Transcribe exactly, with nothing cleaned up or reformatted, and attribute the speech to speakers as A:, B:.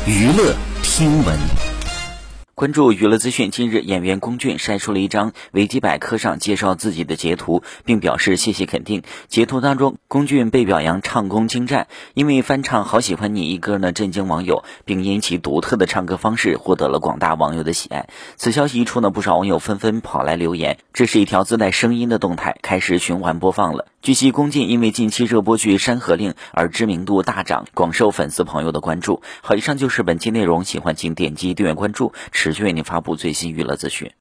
A: 娱乐听闻。
B: 关注娱乐资讯，近日演员龚俊晒出了一张维基百科上介绍自己的截图，并表示谢谢肯定。截图当中，龚俊被表扬唱功精湛，因为翻唱《好喜欢你》一歌呢震惊网友，并因其独特的唱歌方式获得了广大网友的喜爱。此消息一出呢，不少网友纷纷跑来留言，这是一条自带声音的动态，开始循环播放了。据悉，龚俊因为近期热播剧《山河令》而知名度大涨，广受粉丝朋友的关注。好，以上就是本期内容，喜欢请点击订阅关注，持续为您发布最新娱乐资讯。